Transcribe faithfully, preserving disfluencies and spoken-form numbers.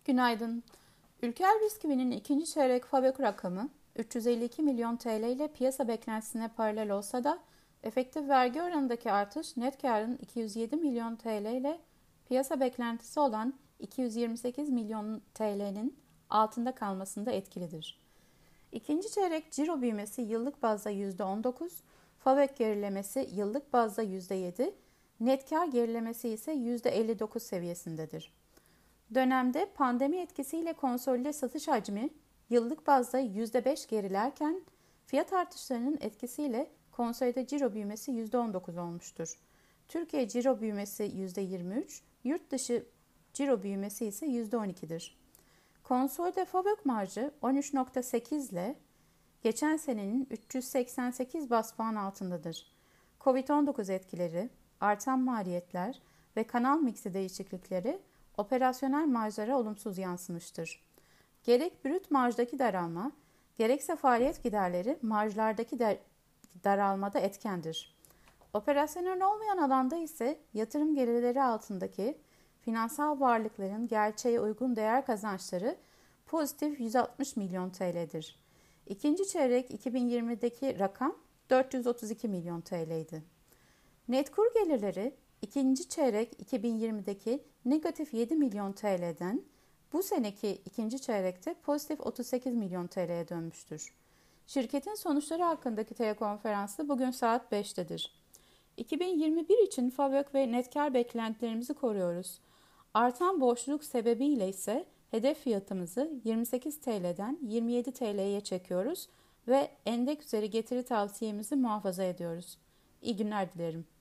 Günaydın. Ülker Bisküvi'nin ikinci çeyrek FAVÖK rakamı üç yüz elli iki milyon T L ile piyasa beklentisine paralel olsa da efektif vergi oranındaki artış net karın iki yüz yedi milyon T L ile piyasa beklentisi olan iki yüz yirmi sekiz milyon T L'nin altında kalmasında etkilidir. İkinci çeyrek ciro büyümesi yıllık bazda yüzde on dokuz, FAVÖK gerilemesi yıllık bazda yüzde yedi, net kar gerilemesi ise yüzde elli dokuz seviyesindedir. Dönemde pandemi etkisiyle konsolide satış hacmi yıllık bazda yüzde beş gerilerken fiyat artışlarının etkisiyle konsolide ciro büyümesi yüzde on dokuz olmuştur. Türkiye ciro büyümesi yüzde yirmi üç, yurt dışı ciro büyümesi ise yüzde on iki'dir. Konsolide FAVÖK marjı on üç virgül sekiz ile geçen senenin üç yüz seksen sekiz bas puan altındadır. kovid on dokuz etkileri, artan maliyetler ve kanal miksi değişiklikleri operasyonel marjlara olumsuz yansımıştır. Gerek brüt marjdaki daralma, gerekse faaliyet giderleri marjlardaki de daralmada etkendir. Operasyonel olmayan alanda ise yatırım gelirleri altındaki finansal varlıkların gerçeğe uygun değer kazançları pozitif yüz altmış milyon T L'dir. İkinci çeyrek iki bin yirmi'deki rakam dört yüz otuz iki milyon T L'ydi. Net kur gelirleri ikinci çeyrek iki bin yirmi'deki negatif yedi milyon T L'den bu seneki ikinci çeyrekte pozitif otuz sekiz milyon T L'ye dönmüştür. Şirketin sonuçları hakkındaki telekonferansı bugün saat beş'tedir. iki bin yirmi bir için FAVÖK ve net kar beklentilerimizi koruyoruz. Artan borçluluk sebebiyle ise hedef fiyatımızı yirmi sekiz T L'den yirmi yedi T L'ye çekiyoruz ve endeks üzeri getiri tavsiyemizi muhafaza ediyoruz. İyi günler dilerim.